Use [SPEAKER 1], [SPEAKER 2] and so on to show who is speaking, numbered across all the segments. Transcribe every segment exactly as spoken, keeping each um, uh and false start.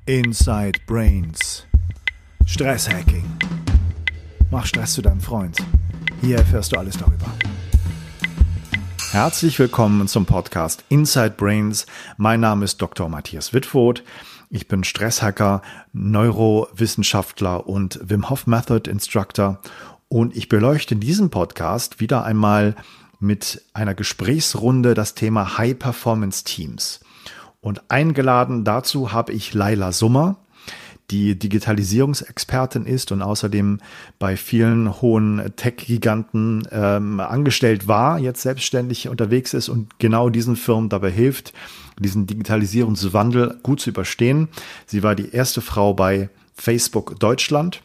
[SPEAKER 1] Inside Brains. Stresshacking. Mach Stress zu deinem Freund. Hier erfährst du alles darüber. Herzlich willkommen zum Podcast Inside Brains. Mein Name ist Doktor Matthias Wittfoth. Ich bin Stresshacker, Neurowissenschaftler und Wim Hof Method Instructor. Und ich beleuchte in diesem Podcast wieder einmal mit einer Gesprächsrunde das Thema High Performance Teams. Und eingeladen dazu habe ich Laila Summer, die Digitalisierungsexpertin ist und außerdem bei vielen hohen Tech-Giganten ähm, angestellt war, jetzt selbstständig unterwegs ist und genau diesen Firmen dabei hilft, diesen Digitalisierungswandel gut zu überstehen. Sie war die erste Frau bei Facebook Deutschland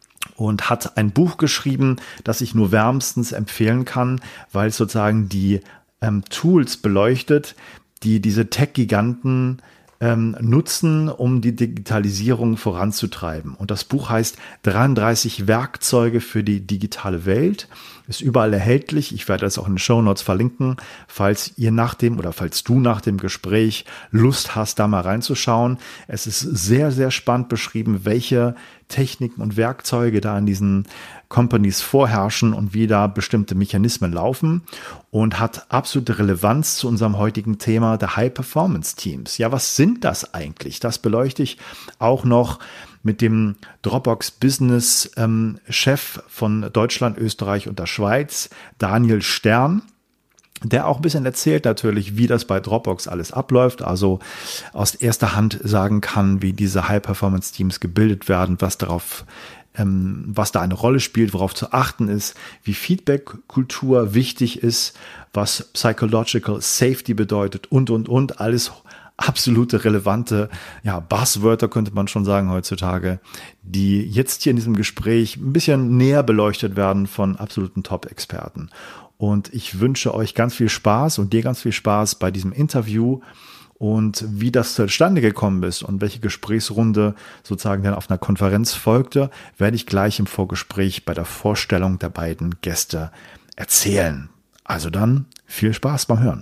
[SPEAKER 1] und hat ein Buch geschrieben, das ich nur wärmstens empfehlen kann, weil es sozusagen die ähm, Tools beleuchtet, die diese Tech-Giganten ähm, nutzen, um die Digitalisierung voranzutreiben. Und das Buch heißt dreiunddreißig Werkzeuge für die digitale Welt. Ist überall erhältlich. Ich werde das auch in den Shownotes verlinken, falls ihr nach dem oder falls du nach dem Gespräch Lust hast, da mal reinzuschauen. Es ist sehr, sehr spannend beschrieben, welche Techniken und Werkzeuge da in diesen Companies vorherrschen und wie da bestimmte Mechanismen laufen und hat absolute Relevanz zu unserem heutigen Thema der High-Performance-Teams. Ja, was sind das eigentlich? Das beleuchte ich auch noch mit dem Dropbox-Business-Chef ähm, von Deutschland, Österreich und der Schweiz, Daniel Stern, der auch ein bisschen erzählt natürlich, wie das bei Dropbox alles abläuft, also aus erster Hand sagen kann, wie diese High-Performance-Teams gebildet werden, was darauf ähm, was da eine Rolle spielt, worauf zu achten ist, wie Feedback-Kultur wichtig ist, was Psychological Safety bedeutet und, und, und, alles absolute relevante, ja, Buzzwörter könnte man schon sagen heutzutage, die jetzt hier in diesem Gespräch ein bisschen näher beleuchtet werden von absoluten Top-Experten. Und ich wünsche euch ganz viel Spaß und dir ganz viel Spaß bei diesem Interview und wie das zustande gekommen ist und welche Gesprächsrunde sozusagen dann auf einer Konferenz folgte, werde ich gleich im Vorgespräch bei der Vorstellung der beiden Gäste erzählen. Also dann viel Spaß beim Hören.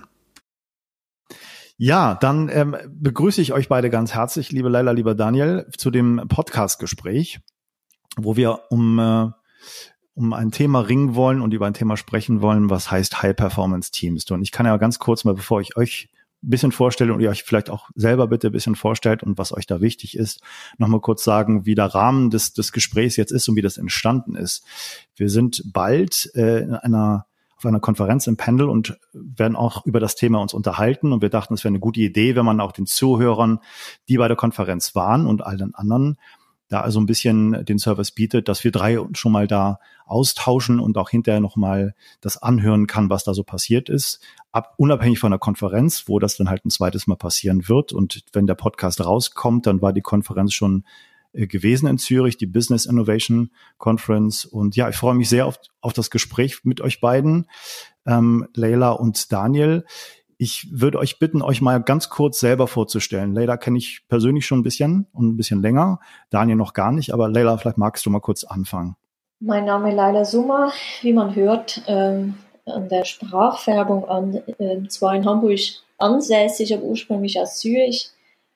[SPEAKER 1] Ja, dann ähm, begrüße ich euch beide ganz herzlich, liebe Laila, lieber Daniel, zu dem Podcast-Gespräch, wo wir um äh, um ein Thema ringen wollen und über ein Thema sprechen wollen, was heißt High-Performance-Teams. Und ich kann ja ganz kurz mal, bevor ich euch ein bisschen vorstelle und ihr euch vielleicht auch selber bitte ein bisschen vorstellt und was euch da wichtig ist, nochmal kurz sagen, wie der Rahmen des, des Gesprächs jetzt ist und wie das entstanden ist. Wir sind bald äh, in einer auf einer Konferenz im Panel und werden auch über das Thema uns unterhalten. Und wir dachten, es wäre eine gute Idee, wenn man auch den Zuhörern, die bei der Konferenz waren und allen anderen, da also ein bisschen den Service bietet, dass wir drei schon mal da austauschen und auch hinterher nochmal das anhören kann, was da so passiert ist. Ab, unabhängig von der Konferenz, wo das dann halt ein zweites Mal passieren wird. Und wenn der Podcast rauskommt, dann war die Konferenz schon gewesen in Zürich, die Business Innovation Conference. Und ja, ich freue mich sehr auf, auf das Gespräch mit euch beiden, ähm, Laila und Daniel. Ich würde euch bitten, euch mal ganz kurz selber vorzustellen. Laila kenne ich persönlich schon ein bisschen und ein bisschen länger, Daniel noch gar nicht, aber Laila, vielleicht magst du mal kurz anfangen.
[SPEAKER 2] Mein Name ist Laila Summer, wie man hört, ähm, an der Sprachfärbung an, äh, zwar in Hamburg ansässig, aber ursprünglich aus Zürich.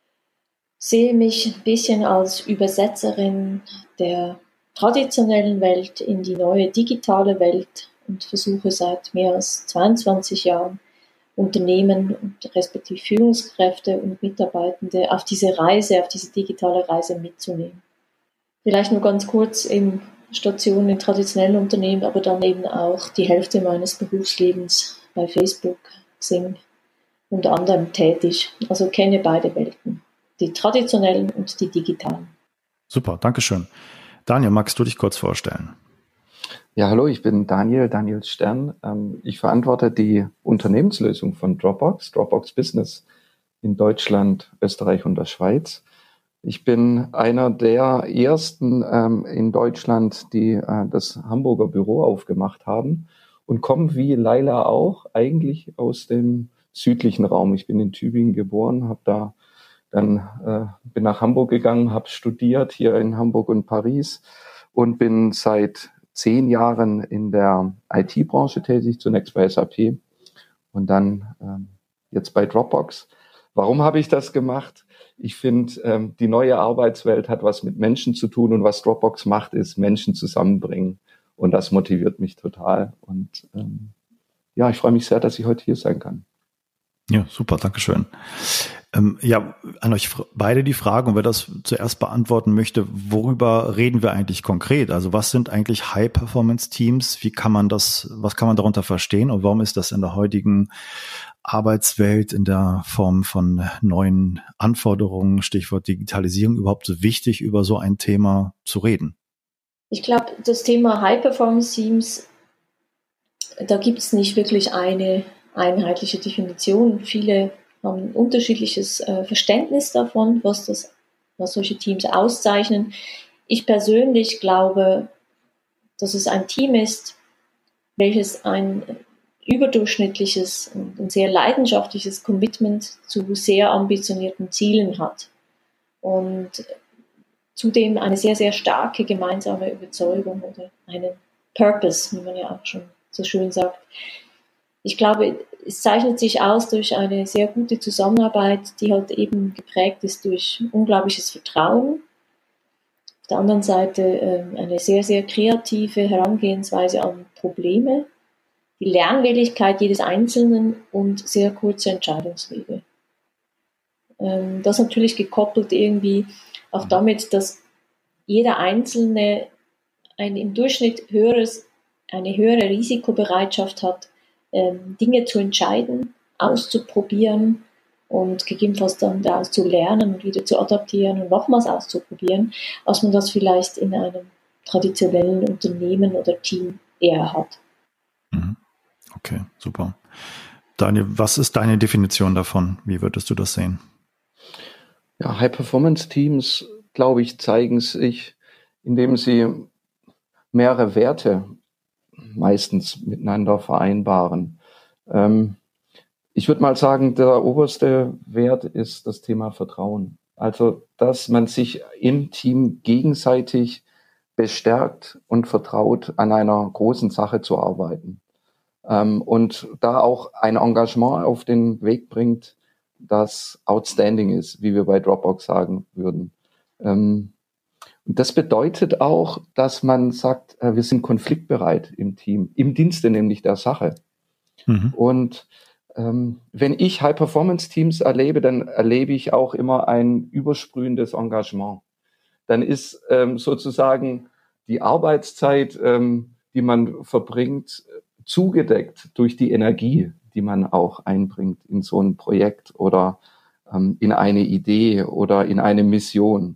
[SPEAKER 2] Sehe mich ein bisschen als Übersetzerin der traditionellen Welt in die neue digitale Welt und versuche seit mehr als zweiundzwanzig Jahren Unternehmen und respektive Führungskräfte und Mitarbeitende auf diese Reise, auf diese digitale Reise mitzunehmen. Vielleicht nur ganz kurz in Stationen in traditionellen Unternehmen, aber dann eben auch die Hälfte meines Berufslebens bei Facebook, Xing und anderem tätig. Also kenne beide Welten. Die traditionellen und die digitalen.
[SPEAKER 1] Super, Dankeschön. Daniel, magst du dich kurz vorstellen?
[SPEAKER 3] Ja, hallo, ich bin Daniel, Daniel Stern. Ich verantworte die Unternehmenslösung von Dropbox, Dropbox Business in Deutschland, Österreich und der Schweiz. Ich bin einer der ersten in Deutschland, die das Hamburger Büro aufgemacht haben und komme wie Laila auch eigentlich aus dem südlichen Raum. Ich bin in Tübingen geboren, habe da Dann äh, bin nach Hamburg gegangen, habe studiert hier in Hamburg und Paris und bin seit zehn Jahren in der I T-Branche tätig, zunächst bei S A P und dann ähm, jetzt bei Dropbox. warum habe ich das gemacht? Ich finde, ähm, die neue Arbeitswelt hat was mit Menschen zu tun und was Dropbox macht, ist Menschen zusammenbringen. Und das motiviert mich total. Und ähm, ja, ich freue mich sehr, dass ich heute hier sein kann.
[SPEAKER 1] Ja, super, Dankeschön. Ähm, ja, an euch beide die Frage, und wer das zuerst beantworten möchte, worüber reden wir eigentlich konkret? Also was sind eigentlich High-Performance-Teams? Wie kann man das, was kann man darunter verstehen und warum ist das in der heutigen Arbeitswelt in der Form von neuen Anforderungen, Stichwort Digitalisierung, überhaupt so wichtig, über so ein Thema zu reden?
[SPEAKER 2] Ich glaube, das Thema High-Performance-Teams, da gibt es nicht wirklich eine einheitliche Definition. Viele haben ein unterschiedliches äh, Verständnis davon, was, das, was solche Teams auszeichnen. Ich persönlich glaube, dass es ein Team ist, welches ein überdurchschnittliches und sehr leidenschaftliches Commitment zu sehr ambitionierten Zielen hat und zudem eine sehr, sehr starke gemeinsame Überzeugung oder einen Purpose, wie man ja auch schon so schön sagt. Ich glaube, es zeichnet sich aus durch eine sehr gute Zusammenarbeit, die halt eben geprägt ist durch unglaubliches Vertrauen. Auf der anderen Seite äh, eine sehr, sehr kreative Herangehensweise an Probleme, die Lernwilligkeit jedes Einzelnen und sehr kurze Entscheidungswege. Ähm, das natürlich gekoppelt irgendwie auch damit, dass jeder Einzelne ein im Durchschnitt höheres, eine höhere Risikobereitschaft hat, ähm, Dinge zu entscheiden, auszuprobieren und gegebenenfalls dann daraus zu lernen und wieder zu adaptieren und nochmals auszuprobieren, als man das vielleicht in einem traditionellen Unternehmen oder Team eher hat.
[SPEAKER 1] Okay, super. Daniel, was ist deine Definition davon? Wie würdest du das sehen?
[SPEAKER 3] Ja, High-Performance-Teams, glaube ich, zeigen sich, indem sie mehrere Werte meistens miteinander vereinbaren. Ähm, ich würde mal sagen, der oberste Wert ist das Thema Vertrauen. Also, dass man sich im Team gegenseitig bestärkt und vertraut, an einer großen Sache zu arbeiten. Ähm, und da auch ein Engagement auf den Weg bringt, das outstanding ist, wie wir bei Dropbox sagen würden. Ähm, und das bedeutet auch, dass man sagt, äh, wir sind konfliktbereit im Team, im Dienste nämlich der Sache. Mhm. Und ähm, wenn ich High-Performance-Teams erlebe, dann erlebe ich auch immer ein übersprühendes Engagement. Dann ist ähm, sozusagen die Arbeitszeit, ähm, die man verbringt, zugedeckt durch die Energie, die man auch einbringt in so ein Projekt oder ähm, in eine Idee oder in eine Mission.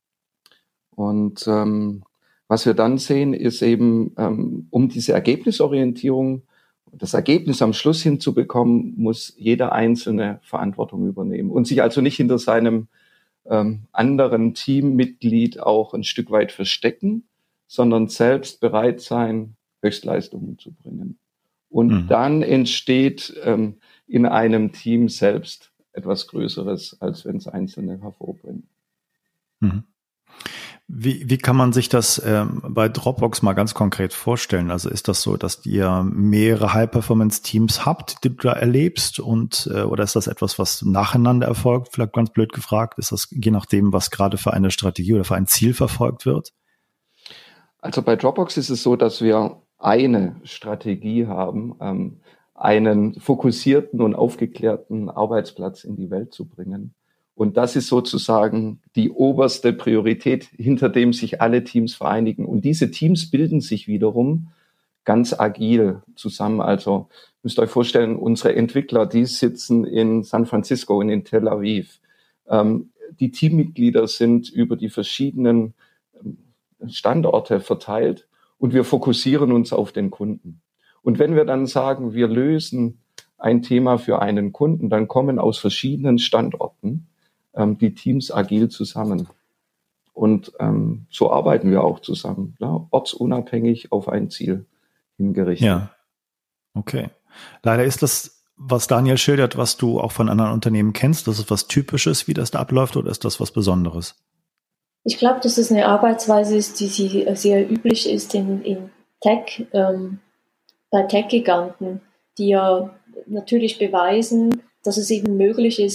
[SPEAKER 3] Und ähm, was wir dann sehen, ist eben, ähm, um diese Ergebnisorientierung, das Ergebnis am Schluss hinzubekommen, muss jeder Einzelne Verantwortung übernehmen und sich also nicht hinter seinem ähm, anderen Teammitglied auch ein Stück weit verstecken, sondern selbst bereit sein, Höchstleistungen zu bringen. Und mhm. dann entsteht ähm, in einem Team selbst etwas Größeres, als wenn es Einzelne hervorbringen.
[SPEAKER 1] Mhm. Wie, wie kann man sich das ähm, bei Dropbox mal ganz konkret vorstellen? Also ist das so, dass ihr mehrere High-Performance-Teams habt, die du da erlebst, und äh, oder ist das etwas, was nacheinander erfolgt? Vielleicht ganz blöd gefragt, ist das je nachdem, was gerade für eine Strategie oder für ein Ziel verfolgt wird?
[SPEAKER 3] Also bei Dropbox ist es so, dass wir eine Strategie haben, ähm, einen fokussierten und aufgeklärten Arbeitsplatz in die Welt zu bringen. Und das ist sozusagen die oberste Priorität, hinter dem sich alle Teams vereinigen. Und diese Teams bilden sich wiederum ganz agil zusammen. Also müsst ihr euch vorstellen, unsere Entwickler, die sitzen in San Francisco und in Tel Aviv. Ähm, die Teammitglieder sind über die verschiedenen Standorte verteilt und wir fokussieren uns auf den Kunden. Und wenn wir dann sagen, wir lösen ein Thema für einen Kunden, dann kommen aus verschiedenen Standorten ähm, die Teams agil zusammen. Und ähm, so arbeiten wir auch zusammen, ja, ortsunabhängig auf ein Ziel hingerichtet.
[SPEAKER 1] Ja, okay. Leider ist das, was Daniel schildert, was du auch von anderen Unternehmen kennst, das ist was Typisches, wie das da abläuft, oder ist das was Besonderes?
[SPEAKER 2] Ich glaube, dass es eine Arbeitsweise ist, die sehr üblich ist in, in Tech, ähm, bei Tech-Giganten, die ja natürlich beweisen, dass es eben möglich ist,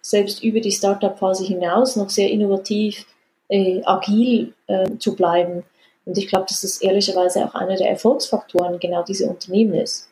[SPEAKER 2] selbst über die Startup-Phase hinaus noch sehr innovativ, äh, agil äh, zu bleiben. Und ich glaube, dass das ehrlicherweise auch einer der Erfolgsfaktoren genau diese Unternehmen ist.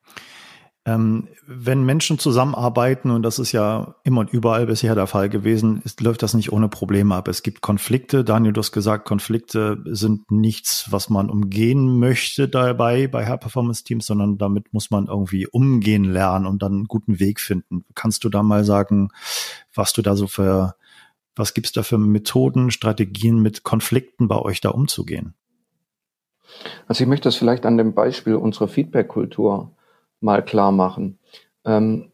[SPEAKER 1] Ähm, wenn Menschen zusammenarbeiten, und das ist ja immer und überall bisher der Fall gewesen, ist, läuft das nicht ohne Probleme ab. Es gibt Konflikte. Daniel, du hast gesagt, Konflikte sind nichts, was man umgehen möchte dabei bei High-Performance-Teams, sondern damit muss man irgendwie umgehen lernen und dann einen guten Weg finden. Kannst du da mal sagen, was du da so für, was gibt's da für Methoden, Strategien, mit Konflikten bei euch da umzugehen?
[SPEAKER 3] Also ich möchte das vielleicht an dem Beispiel unserer Feedback-Kultur mal klar machen. Ähm,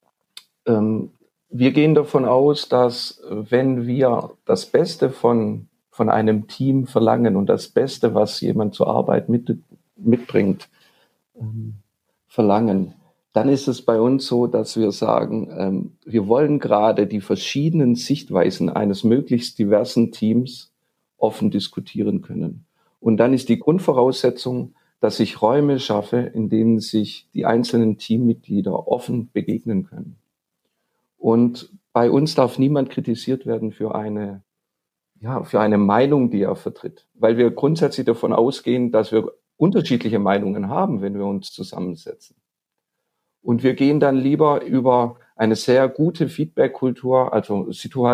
[SPEAKER 3] ähm, wir gehen davon aus, dass wenn wir das Beste von, von einem Team verlangen und das Beste, was jemand zur Arbeit mit, mitbringt, ähm, verlangen, dann ist es bei uns so, dass wir sagen, ähm, wir wollen gerade die verschiedenen Sichtweisen eines möglichst diversen Teams offen diskutieren können. Und dann ist die Grundvoraussetzung, dass ich Räume schaffe, in denen sich die einzelnen Teammitglieder offen begegnen können. Und bei uns darf niemand kritisiert werden für eine, ja, für eine Meinung, die er vertritt, weil wir grundsätzlich davon ausgehen, dass wir unterschiedliche Meinungen haben, wenn wir uns zusammensetzen. Und wir gehen dann lieber über eine sehr gute Feedback-Kultur, also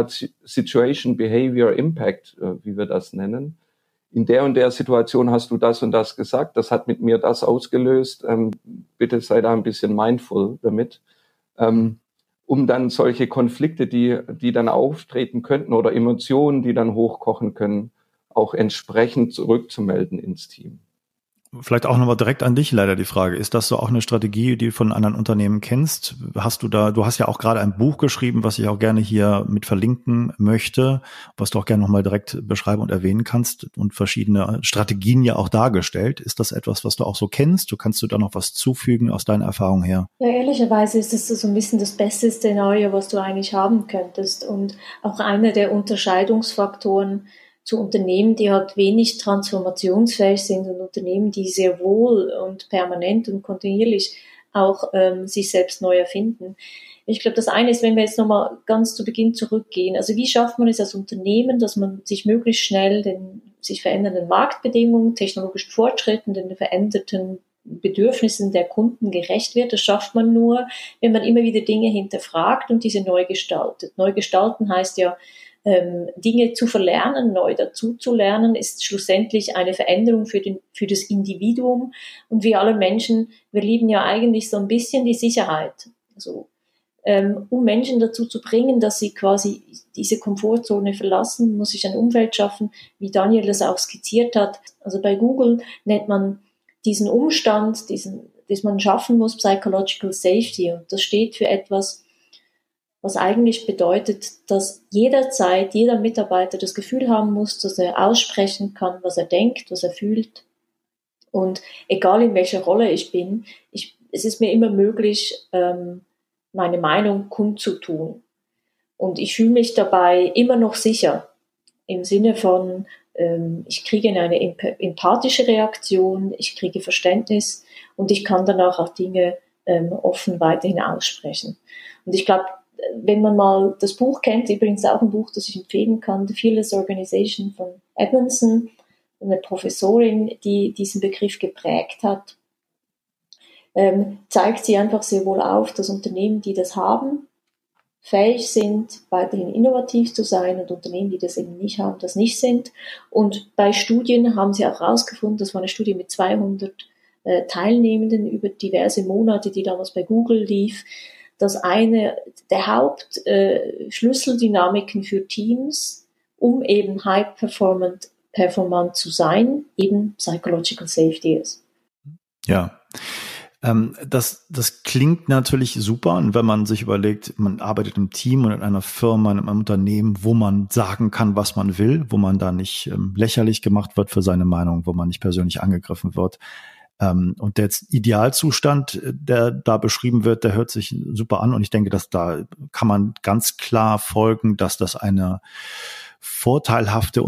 [SPEAKER 3] Situation, Behavior, Impact, wie wir das nennen. In der und der Situation hast du das und das gesagt, das hat mit mir das ausgelöst, ähm, bitte sei da ein bisschen mindful damit, ähm, um dann solche Konflikte, die, die dann auftreten könnten oder Emotionen, die dann hochkochen können, auch entsprechend zurückzumelden ins Team.
[SPEAKER 1] Vielleicht auch nochmal direkt an dich leider die Frage. Ist das so auch eine Strategie, die du von anderen Unternehmen kennst? Hast du da, du hast ja auch gerade ein Buch geschrieben, was ich auch gerne hier mit verlinken möchte, was du auch gerne nochmal direkt beschreiben und erwähnen kannst und verschiedene Strategien ja auch dargestellt. Ist das etwas, was du auch so kennst? Du kannst du da noch was zufügen aus deiner Erfahrung her?
[SPEAKER 2] Ja, ehrlicherweise ist das so ein bisschen das beste Szenario, was du eigentlich haben könntest und auch einer der Unterscheidungsfaktoren zu Unternehmen, die halt wenig transformationsfähig sind und Unternehmen, die sehr wohl und permanent und kontinuierlich auch ähm, sich selbst neu erfinden. Ich glaube, das eine ist, wenn wir jetzt nochmal ganz zu Beginn zurückgehen, also wie schafft man es als Unternehmen, dass man sich möglichst schnell den sich verändernden Marktbedingungen, technologischen Fortschritten, den veränderten Bedürfnissen der Kunden gerecht wird. Das schafft man nur, wenn man immer wieder Dinge hinterfragt und diese neu gestaltet. Neu gestalten heißt ja, Ähm, Dinge zu verlernen, neu dazu zu lernen, ist schlussendlich eine Veränderung für, den, für das Individuum. Und wir alle Menschen, wir lieben ja eigentlich so ein bisschen die Sicherheit. Also, ähm, um Menschen dazu zu bringen, dass sie quasi diese Komfortzone verlassen, muss ich ein Umfeld schaffen, wie Daniel das auch skizziert hat. Also bei Google nennt man diesen Umstand, diesen, das man schaffen muss, Psychological Safety. Und das steht für etwas, was eigentlich bedeutet, dass jederzeit jeder Mitarbeiter das Gefühl haben muss, dass er aussprechen kann, was er denkt, was er fühlt. Und egal in welcher Rolle ich bin, ich, es ist mir immer möglich, ähm, meine Meinung kundzutun. Und ich fühle mich dabei immer noch sicher, im Sinne von, ähm, ich kriege eine emp- empathische Reaktion, ich kriege Verständnis und ich kann danach auch Dinge ähm, offen weiterhin aussprechen. Und ich glaube, wenn man mal das Buch kennt, übrigens auch ein Buch, das ich empfehlen kann, The Fearless Organization von Edmondson, eine Professorin, die diesen Begriff geprägt hat, ähm, zeigt sie einfach sehr wohl auf, dass Unternehmen, die das haben, fähig sind, weiterhin innovativ zu sein und Unternehmen, die das eben nicht haben, das nicht sind. Und bei Studien haben sie auch herausgefunden, das war eine Studie mit zweihundert äh, Teilnehmenden über diverse Monate, die damals bei Google lief, dass eine der Hauptschlüsseldynamiken äh, für Teams, um eben high-performant performant zu sein, eben Psychological Safety ist.
[SPEAKER 1] Ja, ähm, das, das klingt natürlich super. Und wenn man sich überlegt, man arbeitet im Team und in einer Firma, in einem Unternehmen, wo man sagen kann, was man will, wo man da nicht ähm, lächerlich gemacht wird für seine Meinung, wo man nicht persönlich angegriffen wird. Um, und der Idealzustand, der da beschrieben wird, der hört sich super an. Und ich denke, dass da kann man ganz klar folgen, dass das eine vorteilhafte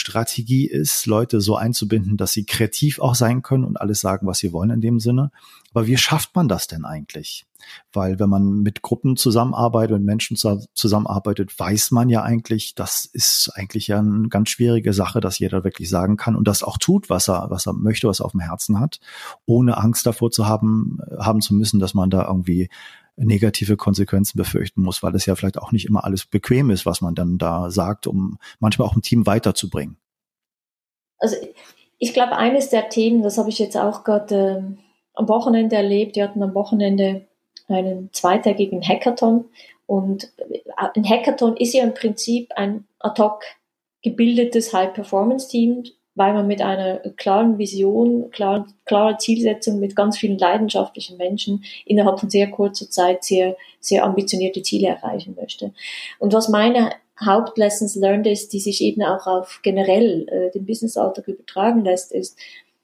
[SPEAKER 1] Unternehmensstrategie ist, Leute so einzubinden, dass sie kreativ auch sein können und alles sagen, was sie wollen in dem Sinne. Aber wie schafft man das denn eigentlich? Weil wenn man mit Gruppen zusammenarbeitet, mit Menschen zusammenarbeitet, weiß man ja eigentlich, das ist eigentlich ja eine ganz schwierige Sache, dass jeder wirklich sagen kann und das auch tut, was er, was er möchte, was er auf dem Herzen hat, ohne Angst davor zu haben, haben zu müssen, dass man da irgendwie negative Konsequenzen befürchten muss, weil es ja vielleicht auch nicht immer alles bequem ist, was man dann da sagt, um manchmal auch ein Team weiterzubringen.
[SPEAKER 2] Also ich glaube, eines der Themen, das habe ich jetzt auch gerade äh, am Wochenende erlebt, wir hatten am Wochenende einen zweitägigen Hackathon und ein Hackathon ist ja im Prinzip ein ad hoc gebildetes High-Performance-Team, weil man mit einer klaren Vision, klar, klarer Zielsetzung, mit ganz vielen leidenschaftlichen Menschen innerhalb von sehr kurzer Zeit sehr, sehr ambitionierte Ziele erreichen möchte. Und was meine Hauptlessons learned ist, die sich eben auch auf generell äh, den Business-Alltag übertragen lässt, ist,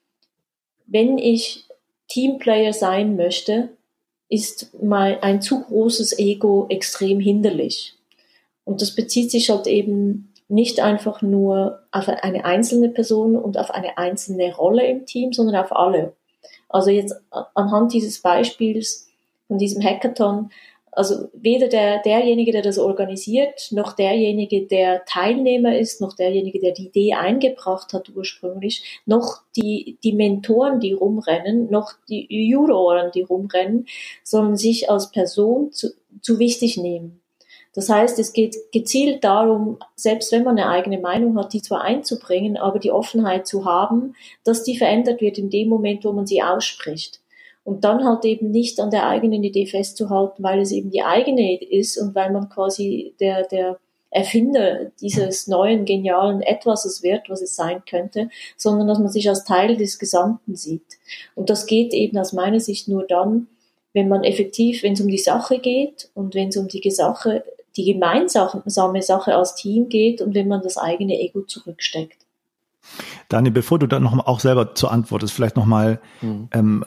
[SPEAKER 2] wenn ich Teamplayer sein möchte, ist mein, ein zu großes Ego extrem hinderlich. Und das bezieht sich halt eben nicht einfach nur auf eine einzelne Person und auf eine einzelne Rolle im Team, sondern auf alle. Also jetzt anhand dieses Beispiels von diesem Hackathon, also weder der, derjenige, der das organisiert, noch derjenige, der Teilnehmer ist, noch derjenige, der die Idee eingebracht hat ursprünglich, noch die, die Mentoren, die rumrennen, noch die Juroren, die rumrennen, sollen sich als Person zu, zu wichtig nehmen. Das heißt, es geht gezielt darum, selbst wenn man eine eigene Meinung hat, die zwar einzubringen, aber die Offenheit zu haben, dass die verändert wird in dem Moment, wo man sie ausspricht. Und dann halt eben nicht an der eigenen Idee festzuhalten, weil es eben die eigene Idee ist und weil man quasi der, der Erfinder dieses neuen, genialen Etwases wird, was es sein könnte, sondern dass man sich als Teil des Gesamten sieht. Und das geht eben aus meiner Sicht nur dann, wenn man effektiv, wenn es um die Sache geht und wenn es um die Sache, die gemeinsame Sache als Team geht und wenn man das eigene Ego zurücksteckt.
[SPEAKER 1] Daniel, bevor du dann noch mal auch selber zur Antwort ist, vielleicht noch mal, mhm. ähm,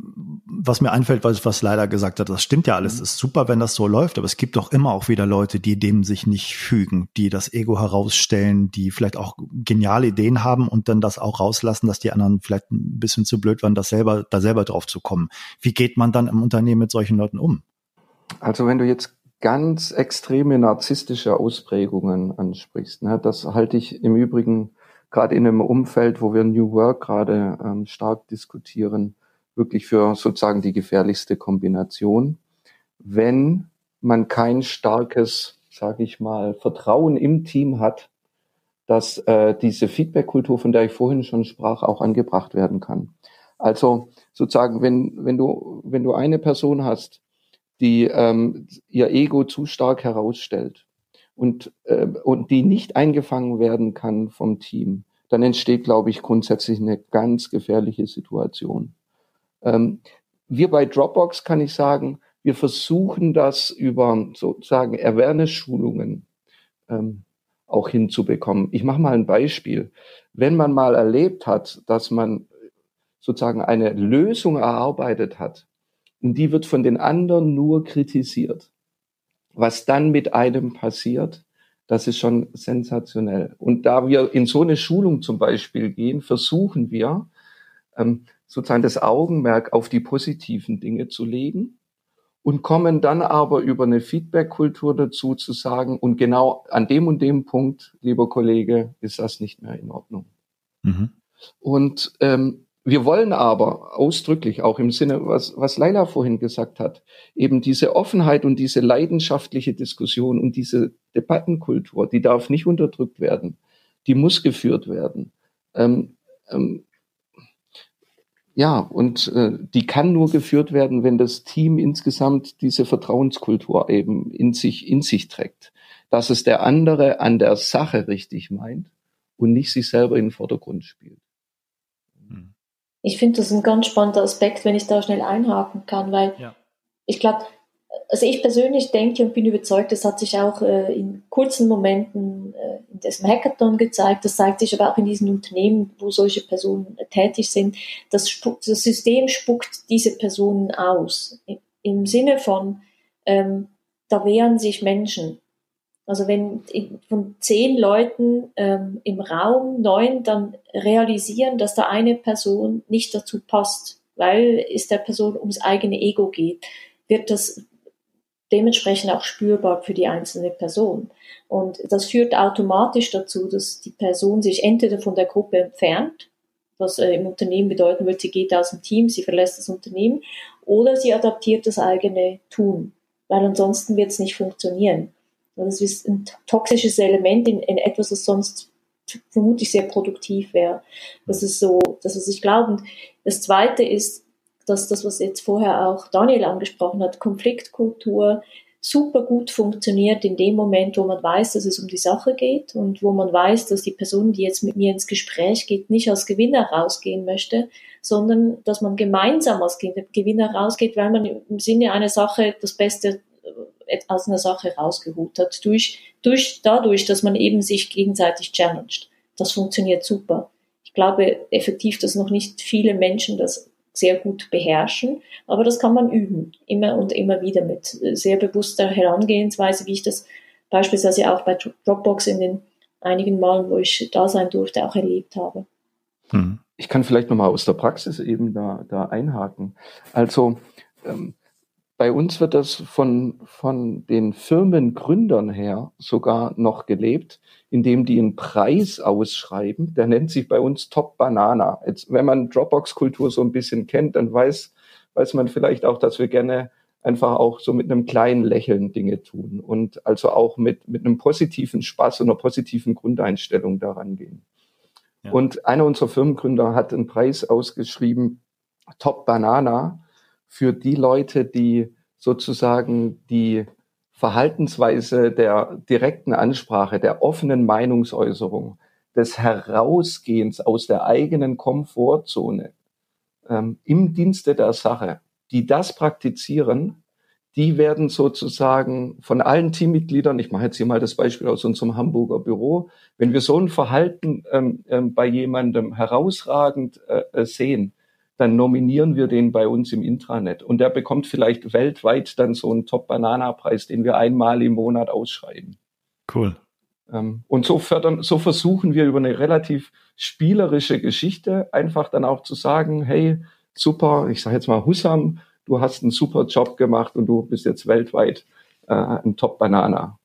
[SPEAKER 1] was mir einfällt, was, was leider gesagt hat, das stimmt ja alles, mhm. ist super, wenn das so läuft, aber es gibt doch immer auch wieder Leute, die dem sich nicht fügen, die das Ego herausstellen, die vielleicht auch geniale Ideen haben und dann das auch rauslassen, dass die anderen vielleicht ein bisschen zu blöd waren, das selber, da selber drauf zu kommen. Wie geht man dann im Unternehmen mit solchen Leuten um?
[SPEAKER 3] Also wenn du jetzt ganz extreme narzisstische Ausprägungen ansprichst, ne, das halte ich im Übrigen gerade in einem Umfeld, wo wir New Work gerade ähm, stark diskutieren, wirklich für sozusagen die gefährlichste Kombination. Wenn man kein starkes, sage ich mal, Vertrauen im Team hat, dass äh, diese Feedback-Kultur, von der ich vorhin schon sprach, auch angebracht werden kann. Also sozusagen, wenn wenn du wenn du eine Person hast, die ähm, ihr Ego zu stark herausstellt und äh, und die nicht eingefangen werden kann vom Team, dann entsteht, glaube ich, grundsätzlich eine ganz gefährliche Situation. Ähm, wir bei Dropbox, kann ich sagen, wir versuchen das über sozusagen Awareness-Schulungen ähm, auch hinzubekommen. Ich mache mal ein Beispiel. Wenn man mal erlebt hat, dass man sozusagen eine Lösung erarbeitet hat und die wird von den anderen nur kritisiert, was dann mit einem passiert, das ist schon sensationell. Und da wir in so eine Schulung zum Beispiel gehen, versuchen wir ähm, sozusagen das Augenmerk auf die positiven Dinge zu legen und kommen dann aber über eine Feedback-Kultur dazu zu sagen, und genau an dem und dem Punkt, lieber Kollege, ist das nicht mehr in Ordnung. Mhm. Und ähm, wir wollen aber ausdrücklich, auch im Sinne, was, was Laila vorhin gesagt hat, eben diese Offenheit und diese leidenschaftliche Diskussion und diese Debattenkultur, die darf nicht unterdrückt werden, die muss geführt werden. Ähm, ähm, ja, und äh, die kann nur geführt werden, wenn das Team insgesamt diese Vertrauenskultur eben in sich, in sich trägt. Dass es der andere an der Sache richtig meint und nicht sich selber in den Vordergrund spielt.
[SPEAKER 2] Ich finde das ein ganz spannender Aspekt, wenn ich da schnell einhaken kann, weil ja. ich glaube, also ich persönlich denke und bin überzeugt, das hat sich auch äh, in kurzen Momenten äh, in diesem Hackathon gezeigt, das zeigt sich aber auch in diesen Unternehmen, wo solche Personen äh, tätig sind, das, spuckt, das System spuckt diese Personen aus. Im, im Sinne von, ähm, da wehren sich Menschen. Also wenn von zehn Leuten ähm, im Raum neun dann realisieren, dass da eine Person nicht dazu passt, weil es der Person ums eigene Ego geht, wird das dementsprechend auch spürbar für die einzelne Person. Und das führt automatisch dazu, dass die Person sich entweder von der Gruppe entfernt, was äh, im Unternehmen bedeuten wird, sie geht aus dem Team, sie verlässt das Unternehmen, oder sie adaptiert das eigene Tun, weil ansonsten wird es nicht funktionieren. Das ist ein toxisches Element in, in etwas, das sonst vermutlich sehr produktiv wäre. Das ist so, das, was ich glaube. Und das Zweite ist, dass das, was jetzt vorher auch Daniel angesprochen hat, Konfliktkultur super gut funktioniert in dem Moment, wo man weiß, dass es um die Sache geht und wo man weiß, dass die Person, die jetzt mit mir ins Gespräch geht, nicht als Gewinner rausgehen möchte, sondern dass man gemeinsam als Gewinner rausgeht, weil man im Sinne einer Sache das Beste aus einer Sache rausgeholt hat, durch, durch, dadurch, dass man eben sich gegenseitig challenged. Das funktioniert super. Ich glaube effektiv, dass noch nicht viele Menschen das sehr gut beherrschen, aber das kann man üben, immer und immer wieder mit sehr bewusster Herangehensweise, wie ich das beispielsweise auch bei Dropbox in den einigen Malen, wo ich da sein durfte, auch erlebt habe.
[SPEAKER 3] Hm. Ich kann vielleicht nochmal aus der Praxis eben da, da einhaken. Also ähm, bei uns wird das von, von den Firmengründern her sogar noch gelebt, indem die einen Preis ausschreiben. Der nennt sich bei uns Top Banana. Jetzt, wenn man Dropbox-Kultur so ein bisschen kennt, dann weiß, weiß man vielleicht auch, dass wir gerne einfach auch so mit einem kleinen Lächeln Dinge tun und also auch mit, mit einem positiven Spaß und einer positiven Grundeinstellung daran gehen. Ja. Und einer unserer Firmengründer hat einen Preis ausgeschrieben, Top Banana, für die Leute, die sozusagen die Verhaltensweise der direkten Ansprache, der offenen Meinungsäußerung, des Herausgehens aus der eigenen Komfortzone ähm, im Dienste der Sache, die das praktizieren, die werden sozusagen von allen Teammitgliedern, ich mache jetzt hier mal das Beispiel aus unserem Hamburger Büro, wenn wir so ein Verhalten ähm, ähm, bei jemandem herausragend äh, sehen, dann nominieren wir den bei uns im Intranet. Und der bekommt vielleicht weltweit dann so einen Top-Banana-Preis, den wir einmal im Monat ausschreiben.
[SPEAKER 1] Cool.
[SPEAKER 3] Ähm, und so fördern, so versuchen wir über eine relativ spielerische Geschichte einfach dann auch zu sagen, hey, super, ich sage jetzt mal Hussam, du hast einen super Job gemacht und du bist jetzt weltweit äh, ein Top-Banana.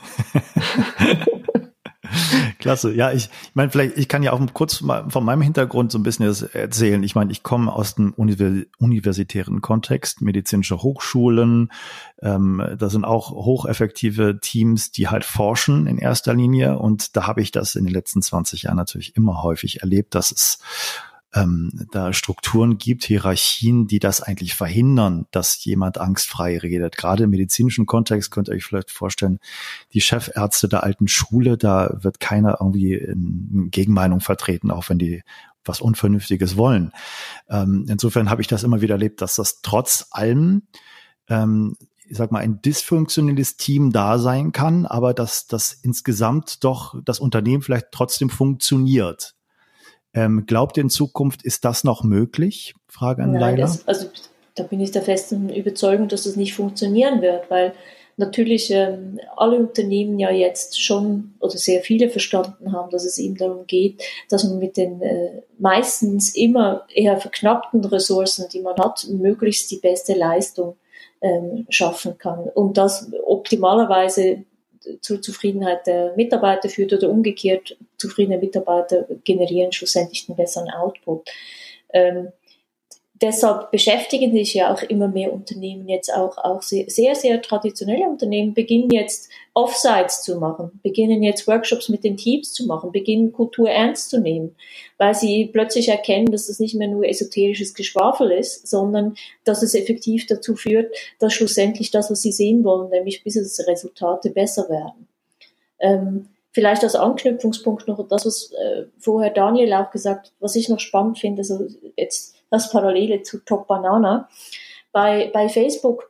[SPEAKER 1] Klasse. Ja, ich, ich meine, vielleicht, ich kann ja auch kurz mal von meinem Hintergrund so ein bisschen das erzählen. Ich meine, ich komme aus dem universitären Kontext, medizinische Hochschulen. Ähm, da sind auch hocheffektive Teams, die halt forschen in erster Linie. Und da habe ich das in den letzten zwanzig Jahren natürlich immer häufig erlebt, dass es ähm, da Strukturen gibt, Hierarchien, die das eigentlich verhindern, dass jemand angstfrei redet. Gerade im medizinischen Kontext könnt ihr euch vielleicht vorstellen, die Chefärzte der alten Schule, da wird keiner irgendwie in Gegenmeinung vertreten, auch wenn die was Unvernünftiges wollen. Ähm, insofern habe ich das immer wieder erlebt, dass das trotz allem, ähm, ich sag mal, ein dysfunktionelles Team da sein kann, aber dass das insgesamt doch das Unternehmen vielleicht trotzdem funktioniert. Ähm, glaubt ihr, in Zukunft ist das noch möglich? Frage an
[SPEAKER 2] Nein,
[SPEAKER 1] Laila.
[SPEAKER 2] das, also da bin ich der festen Überzeugung, dass das nicht funktionieren wird, weil natürlich ähm, alle Unternehmen ja jetzt schon oder sehr viele verstanden haben, dass es eben darum geht, dass man mit den äh, meistens immer eher verknappten Ressourcen, die man hat, möglichst die beste Leistung ähm, schaffen kann. Und das optimalerweise zur Zufriedenheit der Mitarbeiter führt oder umgekehrt, zufriedene Mitarbeiter generieren schlussendlich den besseren Output. Ähm, deshalb beschäftigen sich ja auch immer mehr Unternehmen jetzt auch, auch sehr, sehr, sehr traditionelle Unternehmen beginnen jetzt Offsites zu machen, beginnen jetzt Workshops mit den Teams zu machen, beginnen Kultur ernst zu nehmen, weil sie plötzlich erkennen, dass das nicht mehr nur esoterisches Geschwafel ist, sondern dass es effektiv dazu führt, dass schlussendlich das, was sie sehen wollen, nämlich Business-Resultate besser werden. Ähm, Vielleicht als Anknüpfungspunkt noch das, was äh, vorher Daniel auch gesagt hat, was ich noch spannend finde, also jetzt das Parallele zu Top Banana. Bei, bei Facebook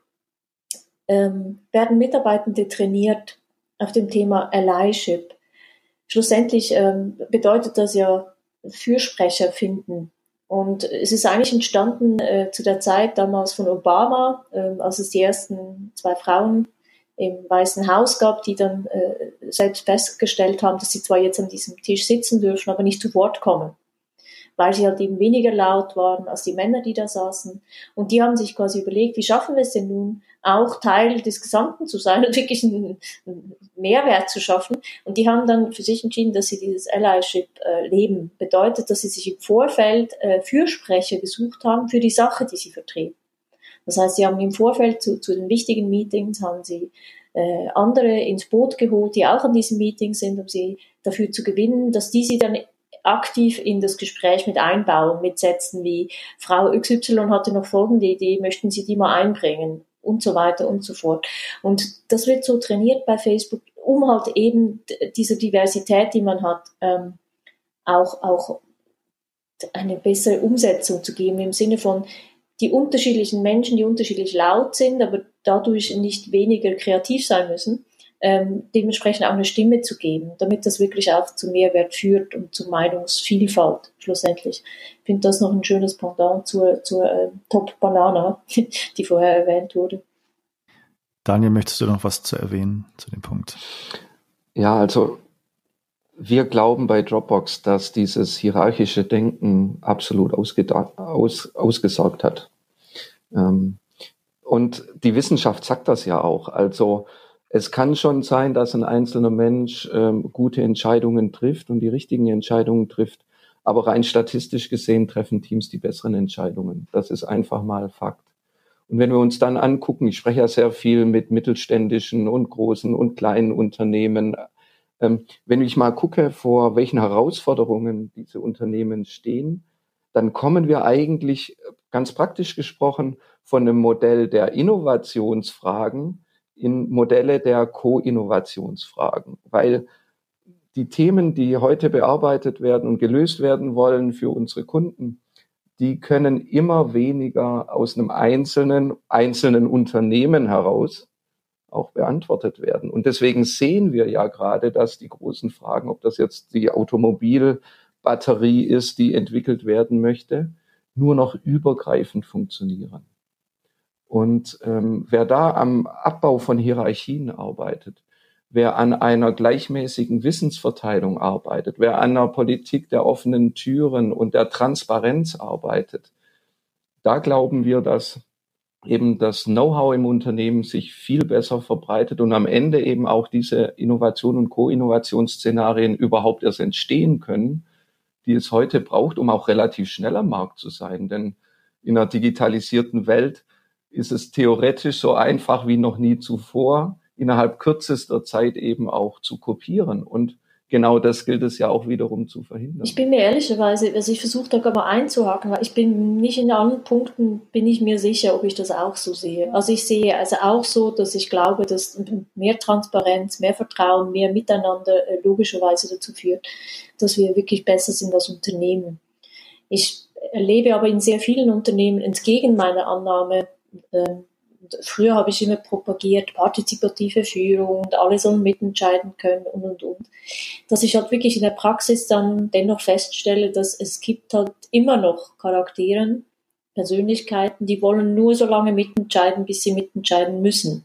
[SPEAKER 2] ähm, werden Mitarbeitende trainiert auf dem Thema Allyship. Schlussendlich ähm, bedeutet das ja Fürsprecher finden. Und es ist eigentlich entstanden äh, zu der Zeit damals von Obama, äh, als es die ersten zwei Frauen im Weißen Haus gab, die dann äh, selbst festgestellt haben, dass sie zwar jetzt an diesem Tisch sitzen dürfen, aber nicht zu Wort kommen. weil sie halt eben weniger laut waren als die Männer, die da saßen. Und die haben sich quasi überlegt, wie schaffen wir es denn nun, auch Teil des Gesamten zu sein und wirklich einen, einen Mehrwert zu schaffen. Und die haben dann für sich entschieden, dass sie dieses Allyship äh, leben. Bedeutet, dass sie sich im Vorfeld äh, Fürsprecher gesucht haben für die Sache, die sie vertreten. Das heißt, sie haben im Vorfeld zu, zu den wichtigen Meetings, haben sie äh, andere ins Boot geholt, die auch an diesen Meetings sind, um sie dafür zu gewinnen, dass die sie dann aktiv in das Gespräch mit einbauen, mit Sätzen wie Frau X Y hatte noch folgende Idee, möchten Sie die mal einbringen und so weiter und so fort. Und das wird so trainiert bei Facebook, um halt eben diese Diversität, die man hat, ähm, auch, auch eine bessere Umsetzung zu geben, im Sinne von die unterschiedlichen Menschen, die unterschiedlich laut sind, aber dadurch nicht weniger kreativ sein müssen, ähm, dementsprechend auch eine Stimme zu geben, damit das wirklich auch zu Mehrwert führt und zu Meinungsvielfalt schlussendlich. Ich finde das noch ein schönes Pendant zur, zur äh, Top Banana, die vorher erwähnt wurde.
[SPEAKER 1] Daniel, möchtest du noch was zu erwähnen zu dem Punkt?
[SPEAKER 3] Ja, also wir glauben bei Dropbox, dass dieses hierarchische Denken absolut ausgeda- aus, ausgesorgt hat. Ähm, und die Wissenschaft sagt das ja auch. Also es kann schon sein, dass ein einzelner Mensch ähm, gute Entscheidungen trifft und die richtigen Entscheidungen trifft. Aber rein statistisch gesehen treffen Teams die besseren Entscheidungen. Das ist einfach mal Fakt. Und wenn wir uns dann angucken, ich spreche ja sehr viel mit mittelständischen und großen und kleinen Unternehmen. Ähm, wenn ich mal gucke, vor welchen Herausforderungen diese Unternehmen stehen, dann kommen wir eigentlich ganz praktisch gesprochen von einem Modell der Innovationsfragen in Modelle der Co-Innovationsfragen, weil die Themen, die heute bearbeitet werden und gelöst werden wollen für unsere Kunden, die können immer weniger aus einem einzelnen, einzelnen Unternehmen heraus auch beantwortet werden. Und deswegen sehen wir ja gerade, dass die großen Fragen, ob das jetzt die Automobilbatterie ist, die entwickelt werden möchte, nur noch übergreifend funktionieren. Und ähm, wer da am Abbau von Hierarchien arbeitet, wer an einer gleichmäßigen Wissensverteilung arbeitet, wer an einer Politik der offenen Türen und der Transparenz arbeitet, da glauben wir, dass eben das Know-how im Unternehmen sich viel besser verbreitet und am Ende eben auch diese Innovation- und Co-Innovationsszenarien überhaupt erst entstehen können, die es heute braucht, um auch relativ schnell am Markt zu sein. Denn in einer digitalisierten Welt ist es theoretisch so einfach wie noch nie zuvor, innerhalb kürzester Zeit eben auch zu kopieren. Und genau das gilt es ja auch wiederum zu verhindern.
[SPEAKER 2] Ich bin mir ehrlicherweise, also ich versuche da mal einzuhaken, weil ich bin nicht in allen Punkten, bin ich mir sicher, ob ich das auch so sehe. Also ich sehe also auch so, dass ich glaube, dass mehr Transparenz, mehr Vertrauen, mehr Miteinander logischerweise dazu führt, dass wir wirklich besser sind als Unternehmen. Ich erlebe aber in sehr vielen Unternehmen entgegen meiner Annahme, ähm, früher habe ich immer propagiert, partizipative Führung und alle sollen mitentscheiden können und, und, und. Dass ich halt wirklich in der Praxis dann dennoch feststelle, dass es gibt halt immer noch Charakteren, Persönlichkeiten, die wollen nur so lange mitentscheiden, bis sie mitentscheiden müssen.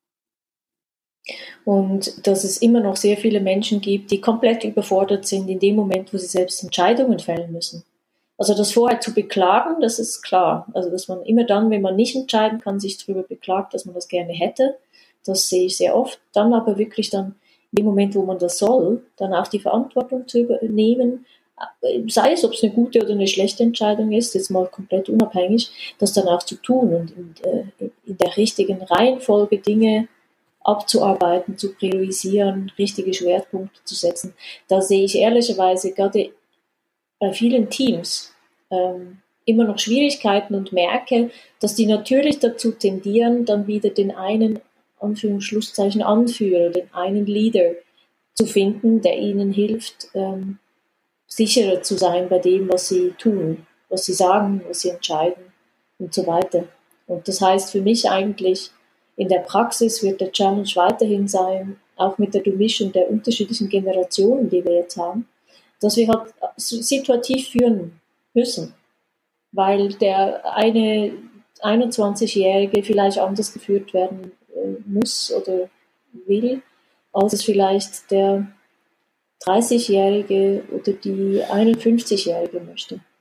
[SPEAKER 2] Und dass es immer noch sehr viele Menschen gibt, die komplett überfordert sind in dem Moment, wo sie selbst Entscheidungen fällen müssen. Also das vorher zu beklagen, das ist klar. Also dass man immer dann, wenn man nicht entscheiden kann, sich darüber beklagt, dass man das gerne hätte. Das sehe ich sehr oft. Dann aber wirklich dann in dem Moment, wo man das soll, dann auch die Verantwortung zu übernehmen, sei es, ob es eine gute oder eine schlechte Entscheidung ist, jetzt mal komplett unabhängig, das dann auch zu tun und in, in der richtigen Reihenfolge Dinge abzuarbeiten, zu priorisieren, richtige Schwerpunkte zu setzen. Da sehe ich ehrlicherweise gerade bei vielen Teams ähm, immer noch Schwierigkeiten und merke, dass die natürlich dazu tendieren, dann wieder den einen Anführungsschlusszeichen Anführer, den einen Leader zu finden, der ihnen hilft, ähm, sicherer zu sein bei dem, was sie tun, was sie sagen, was sie entscheiden und so weiter. Und das heißt für mich eigentlich, in der Praxis wird der Challenge weiterhin sein, auch mit der Durchmischung der unterschiedlichen Generationen, die wir jetzt haben, dass wir halt situativ führen müssen, weil der eine einundzwanzigjährige vielleicht anders geführt werden äh, muss oder will, als es vielleicht der dreißigjährige oder die einundfünfzigjährige möchte.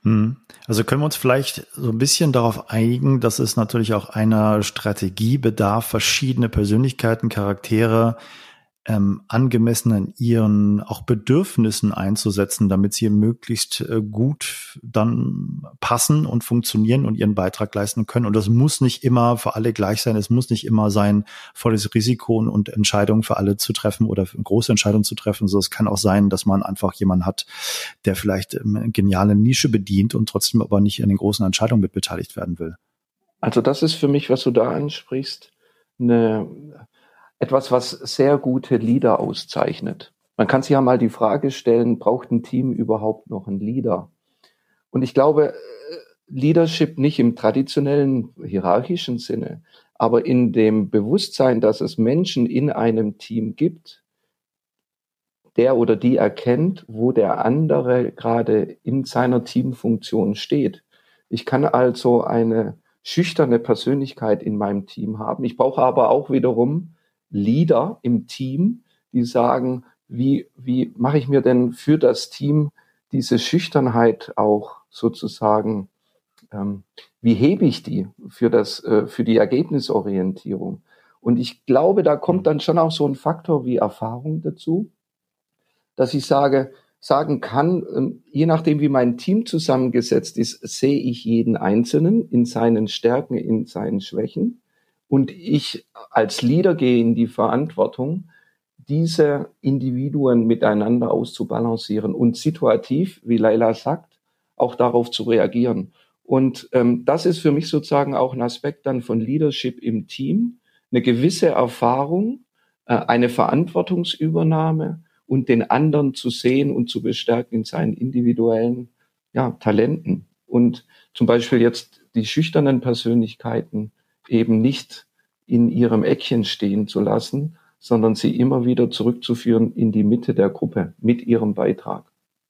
[SPEAKER 1] Also können wir uns vielleicht so ein bisschen darauf einigen, dass es natürlich auch einer Strategie bedarf, verschiedene Persönlichkeiten, Charaktere ähm, angemessen an ihren auch Bedürfnissen einzusetzen, damit sie möglichst äh, gut dann passen und funktionieren und ihren Beitrag leisten können. Und das muss nicht immer für alle gleich sein. Es muss nicht immer sein, volles Risiko und Entscheidungen für alle zu treffen oder große Entscheidungen zu treffen. So, es kann auch sein, dass man einfach jemanden hat, der vielleicht eine geniale Nische bedient und trotzdem aber nicht an den großen Entscheidungen mit beteiligt werden will.
[SPEAKER 3] Also das ist für mich, was du da ansprichst, eine etwas, was sehr gute Leader auszeichnet. Man kann sich ja mal die Frage stellen, braucht ein Team überhaupt noch einen Leader? Und ich glaube, Leadership nicht im traditionellen hierarchischen Sinne, aber in dem Bewusstsein, dass es Menschen in einem Team gibt, der oder die erkennt, wo der andere gerade in seiner Teamfunktion steht. Ich kann also eine schüchterne Persönlichkeit in meinem Team haben. Ich brauche aber auch wiederum Leader im Team, die sagen, wie, wie mache ich mir denn für das Team diese Schüchternheit auch sozusagen, ähm, wie hebe ich die für das, äh, für die Ergebnisorientierung? Und ich glaube, da kommt dann schon auch so ein Faktor wie Erfahrung dazu, dass ich sage, sagen kann, je nachdem, wie mein Team zusammengesetzt ist, sehe ich jeden Einzelnen in seinen Stärken, in seinen Schwächen. Und ich als Leader gehe in die Verantwortung, diese Individuen miteinander auszubalancieren und situativ, wie Laila sagt, auch darauf zu reagieren. Und ähm, das ist für mich sozusagen auch ein Aspekt dann von Leadership im Team, eine gewisse Erfahrung, äh, eine Verantwortungsübernahme und den anderen zu sehen und zu bestärken in seinen individuellen ja, Talenten. Und zum Beispiel jetzt die schüchternen Persönlichkeiten eben nicht in ihrem Eckchen stehen zu lassen, sondern sie immer wieder zurückzuführen in die Mitte der Gruppe mit ihrem Beitrag.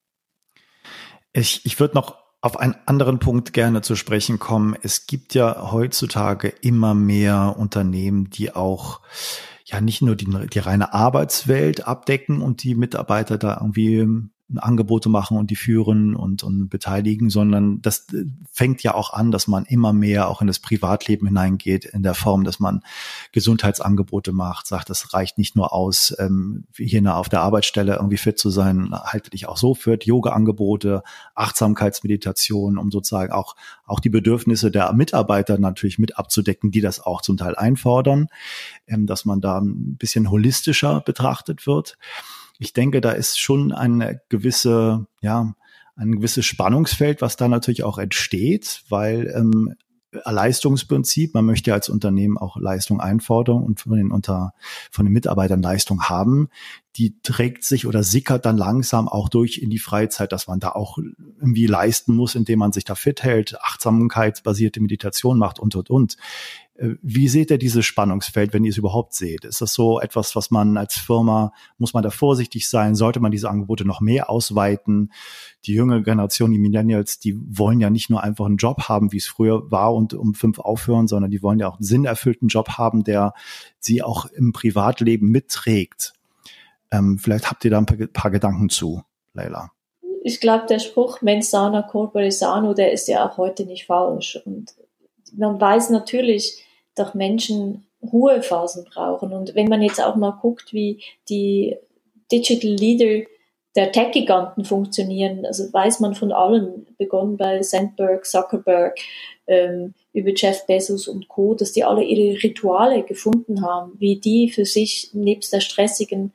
[SPEAKER 1] Ich, ich würde noch auf einen anderen Punkt gerne zu sprechen kommen. Es gibt ja heutzutage immer mehr Unternehmen, die auch ja nicht nur die, die reine Arbeitswelt abdecken und die Mitarbeiter da irgendwie Angebote machen und die führen und, und beteiligen, sondern das fängt ja auch an, dass man immer mehr auch in das Privatleben hineingeht, in der Form, dass man Gesundheitsangebote macht, sagt, das reicht nicht nur aus, ähm, hier auf der Arbeitsstelle irgendwie fit zu sein, halte dich auch so fit, Yoga-Angebote, Achtsamkeitsmeditation, um sozusagen auch, auch die Bedürfnisse der Mitarbeiter natürlich mit abzudecken, die das auch zum Teil einfordern, ähm, dass man da ein bisschen holistischer betrachtet wird. Ich denke, da ist schon eine gewisse, ja, ein gewisses Spannungsfeld, was da natürlich auch entsteht, weil ähm, Leistungsprinzip, man möchte als Unternehmen auch Leistung einfordern und von den unter von den Mitarbeitern Leistung haben, die trägt sich oder sickert dann langsam auch durch in die Freizeit, dass man da auch irgendwie leisten muss, indem man sich da fit hält, achtsamkeitsbasierte Meditation macht und, und, und. Wie seht ihr dieses Spannungsfeld, wenn ihr es überhaupt seht? Ist das so etwas, was man als Firma, muss man da vorsichtig sein? Sollte man diese Angebote noch mehr ausweiten? Die jüngere Generation, die Millennials, die wollen ja nicht nur einfach einen Job haben, wie es früher war und um fünf aufhören, sondern die wollen ja auch einen sinnerfüllten Job haben, der sie auch im Privatleben mitträgt. Ähm, vielleicht habt ihr da ein paar, paar Gedanken zu, Laila.
[SPEAKER 2] Ich glaube, der Spruch Mens sana corpore sano, der ist ja auch heute nicht falsch. Und man weiß natürlich, dass Menschen Ruhephasen brauchen. Und wenn man jetzt auch mal guckt, wie die Digital Leader der Tech-Giganten funktionieren, also weiß man von allen, begonnen bei Sandberg, Zuckerberg, ähm, über Jeff Bezos und Co., dass die alle ihre Rituale gefunden haben, wie die für sich nebst der stressigen,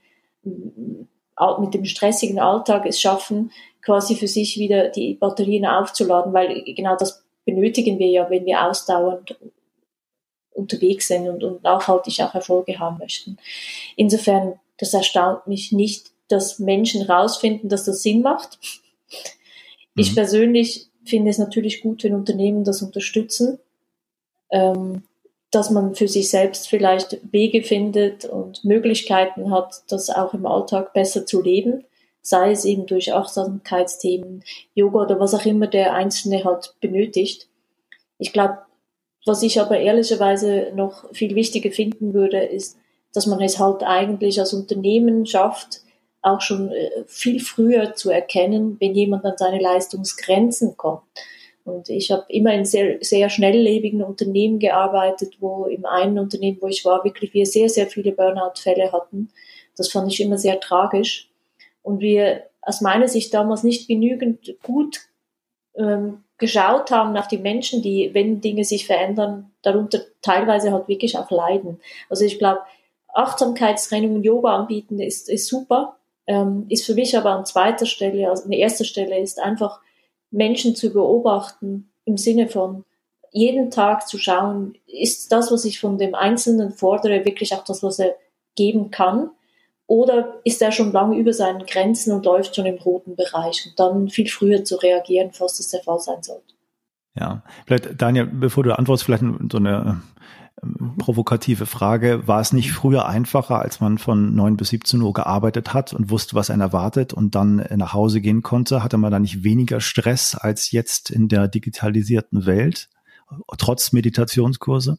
[SPEAKER 2] mit dem stressigen Alltag es schaffen, quasi für sich wieder die Batterien aufzuladen, weil genau das benötigen wir ja, wenn wir ausdauernd unterwegs sind und, und nachhaltig auch Erfolge haben möchten. Insofern, das erstaunt mich nicht, dass Menschen rausfinden, dass das Sinn macht. Mhm. Ich persönlich finde es natürlich gut, wenn Unternehmen das unterstützen, ähm, dass man für sich selbst vielleicht Wege findet und Möglichkeiten hat, das auch im Alltag besser zu leben, sei es eben durch Achtsamkeitsthemen, Yoga oder was auch immer der Einzelne halt benötigt. Ich glaube, was ich aber ehrlicherweise noch viel wichtiger finden würde, ist, dass man es halt eigentlich als Unternehmen schafft, auch schon viel früher zu erkennen, wenn jemand an seine Leistungsgrenzen kommt. Und ich habe immer in sehr, sehr schnelllebigen Unternehmen gearbeitet, wo im einen Unternehmen, wo ich war, wirklich wir sehr, sehr viele Burnout-Fälle hatten. Das fand ich immer sehr tragisch. Und wir aus meiner Sicht damals nicht genügend gut ähm, geschaut haben auf die Menschen, die, wenn Dinge sich verändern, darunter teilweise halt wirklich auch leiden. Also ich glaube, Achtsamkeitstraining und Yoga anbieten ist, ist super, ähm, ist für mich aber an zweiter Stelle, also an erster Stelle ist einfach Menschen zu beobachten im Sinne von jeden Tag zu schauen, ist das, was ich von dem Einzelnen fordere, wirklich auch das, was er geben kann? Oder ist er schon lange über seinen Grenzen und läuft schon im roten Bereich und dann viel früher zu reagieren, falls das der Fall sein sollte?
[SPEAKER 1] Ja, vielleicht, Daniel, bevor du antwortest, vielleicht so eine ähm, provokative Frage. War es nicht früher einfacher, als man von neun bis siebzehn Uhr gearbeitet hat und wusste, was einen erwartet und dann nach Hause gehen konnte? Hatte man da nicht weniger Stress als jetzt in der digitalisierten Welt, trotz Meditationskurse?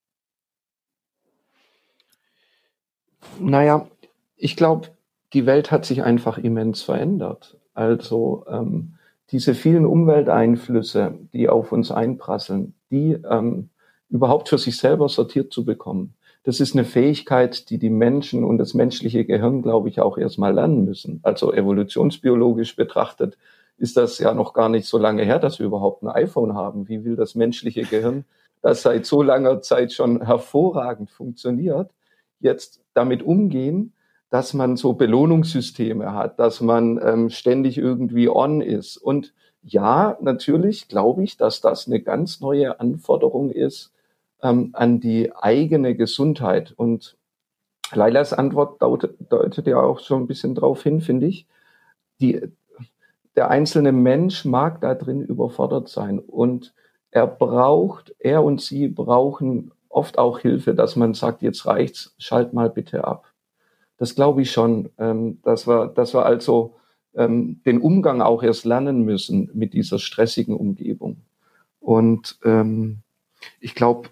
[SPEAKER 3] Naja, ich glaube, die Welt hat sich einfach immens verändert. Also ähm, diese vielen Umwelteinflüsse, die auf uns einprasseln, die ähm, überhaupt für sich selber sortiert zu bekommen, das ist eine Fähigkeit, die die Menschen und das menschliche Gehirn, glaube ich, auch erstmal lernen müssen. Also evolutionsbiologisch betrachtet ist das ja noch gar nicht so lange her, dass wir überhaupt ein iPhone haben. Wie will das menschliche Gehirn, das seit so langer Zeit schon hervorragend funktioniert, jetzt damit umgehen, dass man so Belohnungssysteme hat, dass man ähm, ständig irgendwie on ist. Und ja, natürlich glaube ich, dass das eine ganz neue Anforderung ist ähm, an die eigene Gesundheit. Und Lailas Antwort deutet, deutet ja auch schon ein bisschen drauf hin, finde ich. Die, der einzelne Mensch mag da drin überfordert sein und er braucht, er und sie brauchen oft auch Hilfe, dass man sagt, jetzt reicht's, schalt mal bitte ab. Das glaube ich schon, ähm, dass wir, dass wir also ähm, den Umgang auch erst lernen müssen mit dieser stressigen Umgebung. Und ähm, ich glaube,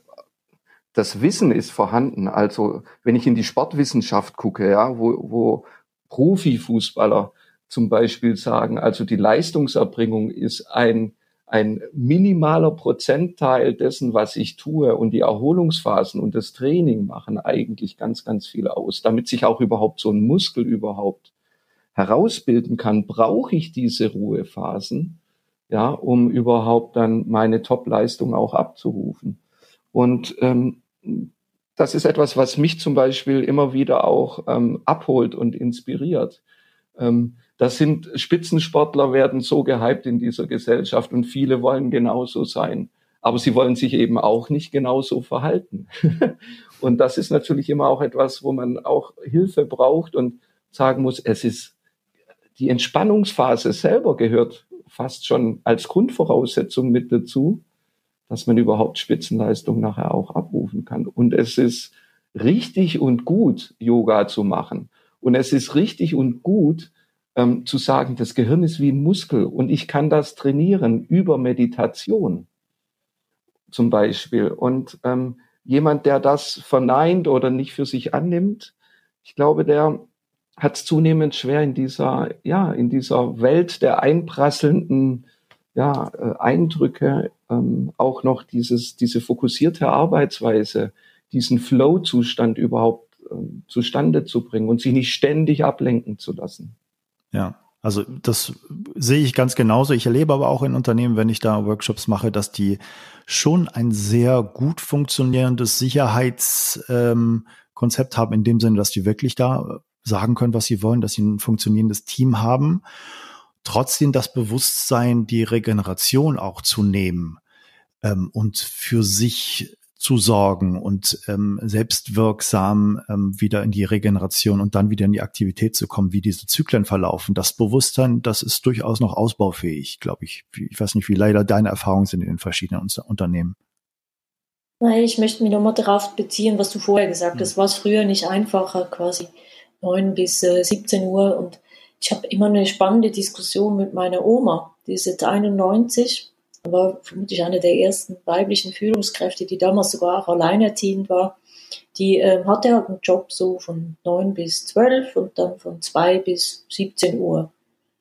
[SPEAKER 3] das Wissen ist vorhanden. Also wenn ich in die Sportwissenschaft gucke, ja, wo, wo Profifußballer zum Beispiel sagen, also die Leistungserbringung ist ein ein minimaler Prozentteil dessen, was ich tue, und die Erholungsphasen und das Training machen eigentlich ganz, ganz viel aus. Damit sich auch überhaupt so ein Muskel überhaupt herausbilden kann, brauche ich diese Ruhephasen, ja, um überhaupt dann meine Top-Leistung auch abzurufen. Und ähm, das ist etwas, was mich zum Beispiel immer wieder auch ähm, abholt und inspiriert. Ähm, das sind Spitzensportler, werden so gehypt in dieser Gesellschaft und viele wollen genauso sein. Aber sie wollen sich eben auch nicht genauso verhalten. Und das ist natürlich immer auch etwas, wo man auch Hilfe braucht und sagen muss, es ist die Entspannungsphase selber gehört fast schon als Grundvoraussetzung mit dazu, dass man überhaupt Spitzenleistung nachher auch abrufen kann. Und es ist richtig und gut, Yoga zu machen. Und es ist richtig und gut, ähm, zu sagen, das Gehirn ist wie ein Muskel und ich kann das trainieren über Meditation zum Beispiel. Und ähm, jemand, der das verneint oder nicht für sich annimmt, ich glaube, der hat es zunehmend schwer in dieser, ja, in dieser Welt der einprasselnden ja, äh, Eindrücke, ähm, auch noch dieses, diese fokussierte Arbeitsweise, diesen Flow-Zustand überhaupt ähm, zustande zu bringen und sich nicht ständig ablenken zu lassen.
[SPEAKER 1] Ja, also das sehe ich ganz genauso. Ich erlebe aber auch in Unternehmen, wenn ich da Workshops mache, dass die schon ein sehr gut funktionierendes Sicherheitskonzept ähm, haben, in dem Sinne, dass die wirklich da sagen können, was sie wollen, dass sie ein funktionierendes Team haben. Trotzdem das Bewusstsein, die Regeneration auch zu nehmen ähm, und für sich zu sorgen und ähm, selbstwirksam ähm, wieder in die Regeneration und dann wieder in die Aktivität zu kommen, wie diese Zyklen verlaufen. Das Bewusstsein, das ist durchaus noch ausbaufähig, glaube ich. Ich weiß nicht, wie leider deine Erfahrungen sind in den verschiedenen Unternehmen.
[SPEAKER 2] Nein, ich möchte mich nochmal darauf beziehen, was du vorher gesagt hast. War es früher nicht einfacher, quasi neun bis siebzehn Uhr, und ich habe immer eine spannende Diskussion mit meiner Oma, die ist jetzt einundneunzig, war vermutlich eine der ersten weiblichen Führungskräfte, die damals sogar auch alleinerziehend war. die äh, hatte halt einen Job so von neun bis zwölf und dann von zwei bis siebzehn Uhr.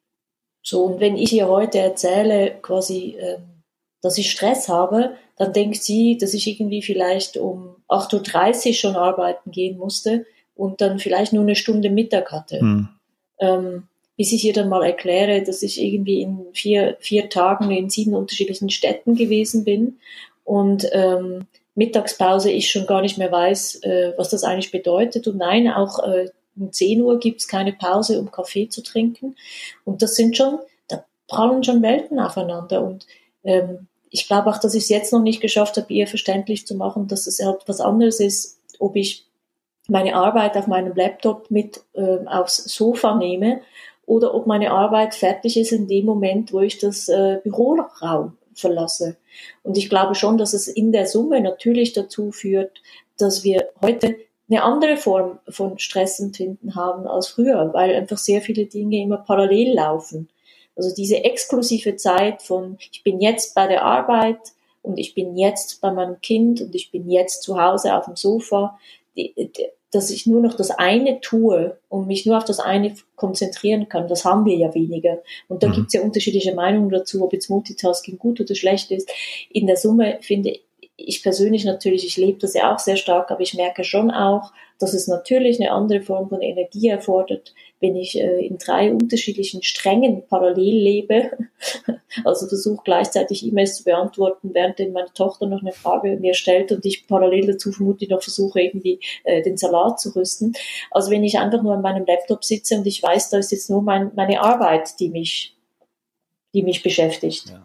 [SPEAKER 2] So, und wenn ich ihr heute erzähle, quasi, äh, dass ich Stress habe, dann denkt sie, dass ich irgendwie vielleicht um acht Uhr dreißig schon arbeiten gehen musste und dann vielleicht nur eine Stunde Mittag hatte. Mhm. Ähm, bis ich ihr dann mal erkläre, dass ich irgendwie in vier, vier Tagen in sieben unterschiedlichen Städten gewesen bin und ähm, Mittagspause ich schon gar nicht mehr weiß, äh, was das eigentlich bedeutet. Und nein, auch äh, um zehn Uhr gibt's keine Pause, um Kaffee zu trinken. Und das sind schon, da prallen schon Welten aufeinander. Und ähm, ich glaube auch, dass ich es jetzt noch nicht geschafft habe, ihr verständlich zu machen, dass es halt was anderes ist, ob ich meine Arbeit auf meinem Laptop mit äh, aufs Sofa nehme oder ob meine Arbeit fertig ist in dem Moment, wo ich das äh, Büroraum verlasse. Und ich glaube schon, dass es in der Summe natürlich dazu führt, dass wir heute eine andere Form von Stressempfinden haben als früher, weil einfach sehr viele Dinge immer parallel laufen. Also diese exklusive Zeit von, ich bin jetzt bei der Arbeit und ich bin jetzt bei meinem Kind und ich bin jetzt zu Hause auf dem Sofa, die, die, dass ich nur noch das eine tue und mich nur auf das eine konzentrieren kann, das haben wir ja weniger. Und da mhm. gibt es ja unterschiedliche Meinungen dazu, ob jetzt Multitasking gut oder schlecht ist. In der Summe finde ich persönlich natürlich, ich lebe das ja auch sehr stark, aber ich merke schon auch, dass es natürlich eine andere Form von Energie erfordert, wenn ich äh, in drei unterschiedlichen Strängen parallel lebe. Also versuche gleichzeitig E-Mails zu beantworten, während meine Tochter noch eine Frage mir stellt und ich parallel dazu vermutlich noch versuche, irgendwie äh, den Salat zu rüsten. Also wenn ich einfach nur an meinem Laptop sitze und ich weiß, da ist jetzt nur mein, meine Arbeit, die mich, die mich beschäftigt. Ja.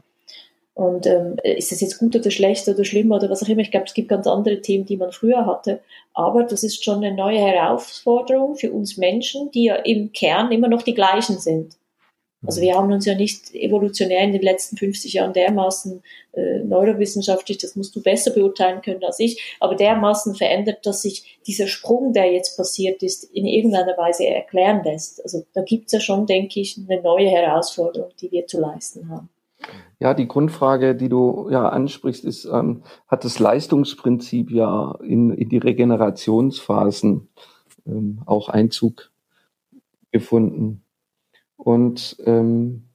[SPEAKER 2] Und ähm, ist es jetzt gut oder schlecht oder schlimm oder was auch immer? Ich glaube, es gibt ganz andere Themen, die man früher hatte. Aber das ist schon eine neue Herausforderung für uns Menschen, die ja im Kern immer noch die gleichen sind. Also wir haben uns ja nicht evolutionär in den letzten fünfzig Jahren dermaßen äh, neurowissenschaftlich, das musst du besser beurteilen können als ich, aber dermaßen verändert, dass sich dieser Sprung, der jetzt passiert ist, in irgendeiner Weise erklären lässt. Also da gibt es ja schon, denke ich, eine neue Herausforderung, die wir zu leisten haben.
[SPEAKER 3] Ja, die Grundfrage, die du ja ansprichst, ist, ähm, hat das Leistungsprinzip ja in, in die Regenerationsphasen ähm, auch Einzug gefunden. Und ähm,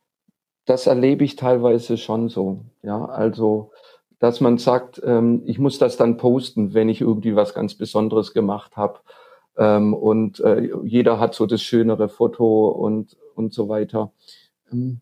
[SPEAKER 3] das erlebe ich teilweise schon so. Ja, also, dass man sagt, ähm, ich muss das dann posten, wenn ich irgendwie was ganz Besonderes gemacht habe. Ähm, und äh, jeder hat so das schönere Foto und und so weiter. Ähm,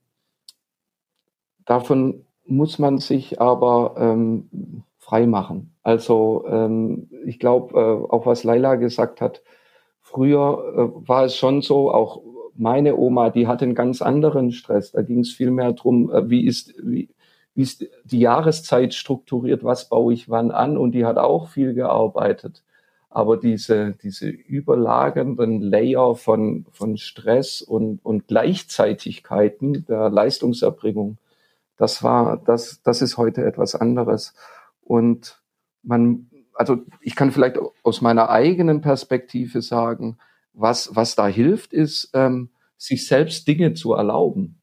[SPEAKER 3] Davon muss man sich aber ähm, frei machen. Also ähm, ich glaube, äh, auch was Laila gesagt hat, früher äh, war es schon so, auch meine Oma, die hatte einen ganz anderen Stress. Da ging es viel mehr drum, äh, wie ist wie, wie ist die Jahreszeit strukturiert, was baue ich wann an, und die hat auch viel gearbeitet. Aber diese diese überlagernden Layer von von Stress und und Gleichzeitigkeiten der Leistungserbringung, Das war, das, das ist heute etwas anderes. Und man, also ich kann vielleicht aus meiner eigenen Perspektive sagen, was, was da hilft, ist, ähm, sich selbst Dinge zu erlauben.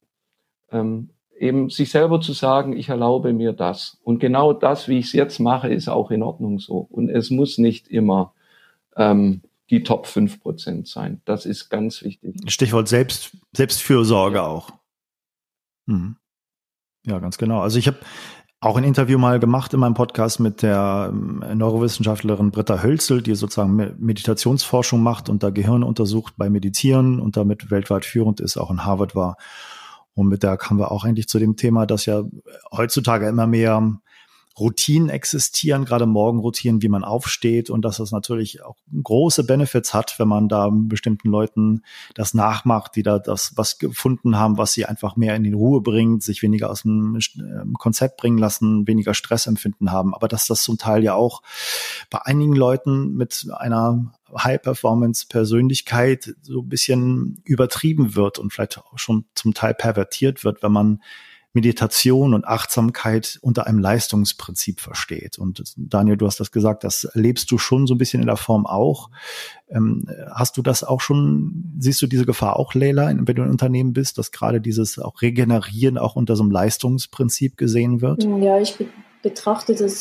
[SPEAKER 3] Ähm, eben sich selber zu sagen, ich erlaube mir das. Und genau das, wie ich es jetzt mache, ist auch in Ordnung so. Und es muss nicht immer ähm, die Top fünf Prozent sein. Das ist ganz wichtig.
[SPEAKER 1] Stichwort Selbst, Selbstfürsorge ja. auch. Mhm. Ja, ganz genau. Also ich habe auch ein Interview mal gemacht in meinem Podcast mit der Neurowissenschaftlerin Britta Hölzel, die sozusagen Meditationsforschung macht und da Gehirn untersucht bei Meditieren und damit weltweit führend ist, auch in Harvard war. Und mit der kamen wir auch eigentlich zu dem Thema, dass ja heutzutage immer mehr Routinen existieren, gerade Morgenroutinen, wie man aufsteht, und dass das natürlich auch große Benefits hat, wenn man da bestimmten Leuten das nachmacht, die da das was gefunden haben, was sie einfach mehr in die Ruhe bringt, sich weniger aus dem Konzept bringen lassen, weniger Stressempfinden haben. Aber dass das zum Teil ja auch bei einigen Leuten mit einer High-Performance-Persönlichkeit so ein bisschen übertrieben wird und vielleicht auch schon zum Teil pervertiert wird, wenn man Meditation und Achtsamkeit unter einem Leistungsprinzip versteht. Und Daniel, du hast das gesagt, das erlebst du schon so ein bisschen in der Form auch. Ähm, hast du das auch schon, siehst du diese Gefahr auch, Leila, wenn du ein Unternehmen bist, dass gerade dieses auch Regenerieren auch unter so einem Leistungsprinzip gesehen wird?
[SPEAKER 2] Ja, ich be- betrachte das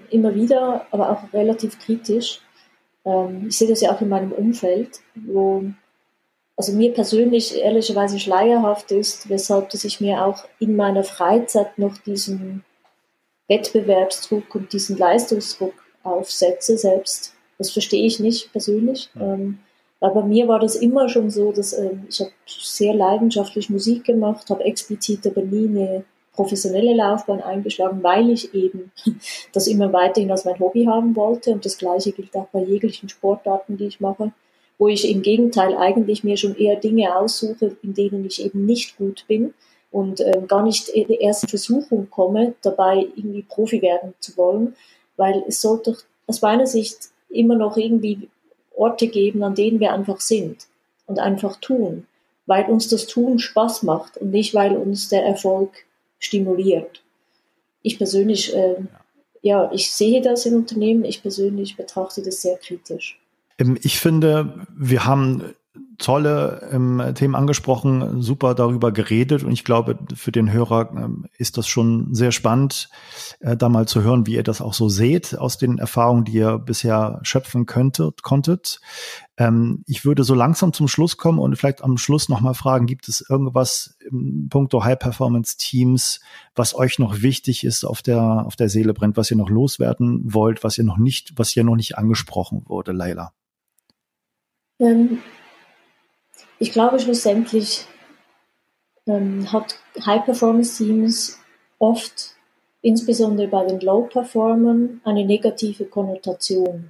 [SPEAKER 2] immer wieder, aber auch relativ kritisch. Ähm, ich sehe das ja auch in meinem Umfeld, wo also mir persönlich ehrlicherweise schleierhaft ist, weshalb dass ich mir auch in meiner Freizeit noch diesen Wettbewerbsdruck und diesen Leistungsdruck aufsetze selbst. Das verstehe ich nicht persönlich. Ja. Ähm, aber bei mir war das immer schon so, dass ähm, ich habe sehr leidenschaftlich Musik gemacht, habe explizit aber nie eine professionelle Laufbahn eingeschlagen, weil ich eben das immer weiterhin als mein Hobby haben wollte. Und das Gleiche gilt auch bei jeglichen Sportarten, die ich mache, wo ich im Gegenteil eigentlich mir schon eher Dinge aussuche, in denen ich eben nicht gut bin und ähm, gar nicht in die erste Versuchung komme, dabei irgendwie Profi werden zu wollen, weil es sollte aus meiner Sicht immer noch irgendwie Orte geben, an denen wir einfach sind und einfach tun, weil uns das Tun Spaß macht und nicht, weil uns der Erfolg stimuliert. Ich persönlich, äh, ja, ich sehe das in Unternehmen, ich persönlich betrachte das sehr kritisch.
[SPEAKER 1] Ich finde, wir haben tolle ähm, Themen angesprochen, super darüber geredet und ich glaube, für den Hörer ähm, ist das schon sehr spannend, äh, da mal zu hören, wie ihr das auch so seht aus den Erfahrungen, die ihr bisher schöpfen könntet, konntet. Ähm, ich würde so langsam zum Schluss kommen und vielleicht am Schluss nochmal fragen, gibt es irgendwas im puncto High-Performance-Teams, was euch noch wichtig ist, auf der, auf der Seele brennt, was ihr noch loswerden wollt, was ihr noch nicht, was hier noch nicht angesprochen wurde, Leila?
[SPEAKER 2] Ähm, ich glaube schlussendlich ähm, hat High-Performance-Teams oft, insbesondere bei den Low-Performern, eine negative Konnotation.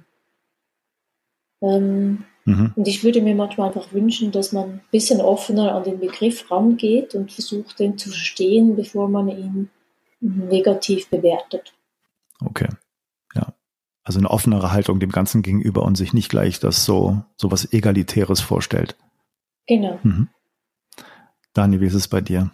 [SPEAKER 2] Ähm, mhm. Und ich würde mir manchmal einfach wünschen, dass man ein bisschen offener an den Begriff rangeht und versucht, den zu verstehen, bevor man ihn negativ bewertet.
[SPEAKER 1] Okay, ja. Also eine offenere Haltung dem Ganzen gegenüber und sich nicht gleich das so, so was Egalitäres vorstellt.
[SPEAKER 2] Genau.
[SPEAKER 1] Mhm. Dani, wie ist es bei dir?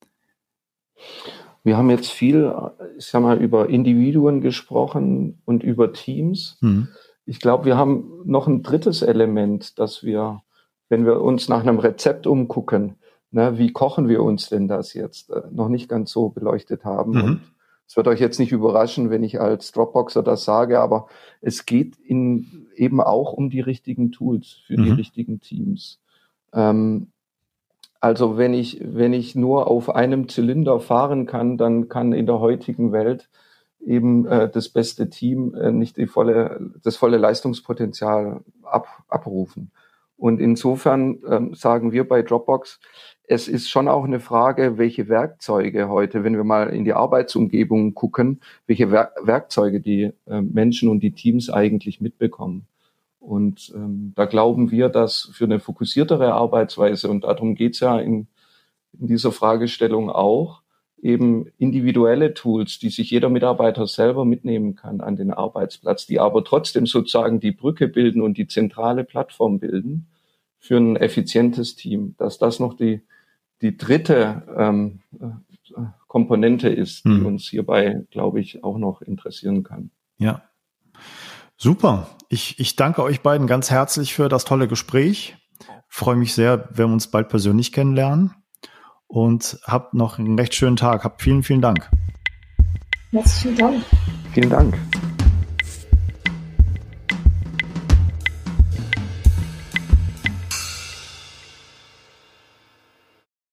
[SPEAKER 3] Wir haben jetzt viel, ich sag mal, über Individuen gesprochen und über Teams. Mhm. Ich glaube, wir haben noch ein drittes Element, dass wir, wenn wir uns nach einem Rezept umgucken, ne, wie kochen wir uns denn das jetzt, äh, noch nicht ganz so beleuchtet haben. Mhm. Und es wird euch jetzt nicht überraschen, wenn ich als Dropboxer das sage, aber es geht in, eben auch um die richtigen Tools für mhm. die richtigen Teams. Ähm, also wenn ich, wenn ich nur auf einem Zylinder fahren kann, dann kann in der heutigen Welt eben äh, das beste Team äh, nicht die volle, das volle Leistungspotenzial ab, abrufen. Und insofern ähm, sagen wir bei Dropbox, es ist schon auch eine Frage, welche Werkzeuge heute, wenn wir mal in die Arbeitsumgebung gucken, welche Wer- Werkzeuge die äh, Menschen und die Teams eigentlich mitbekommen. Und ähm, da glauben wir, dass für eine fokussiertere Arbeitsweise, und darum geht's ja in, in dieser Fragestellung auch, eben individuelle Tools, die sich jeder Mitarbeiter selber mitnehmen kann an den Arbeitsplatz, die aber trotzdem sozusagen die Brücke bilden und die zentrale Plattform bilden für ein effizientes Team, dass das noch die, die dritte ähm, Komponente ist, die hm. uns hierbei, glaube ich, auch noch interessieren kann.
[SPEAKER 1] Ja. Super. Ich, ich danke euch beiden ganz herzlich für das tolle Gespräch. Freue mich sehr, wenn wir uns bald persönlich kennenlernen. Und habt noch einen recht schönen Tag. Habt vielen, vielen Dank.
[SPEAKER 2] Herzlichen Dank.
[SPEAKER 3] Vielen Dank.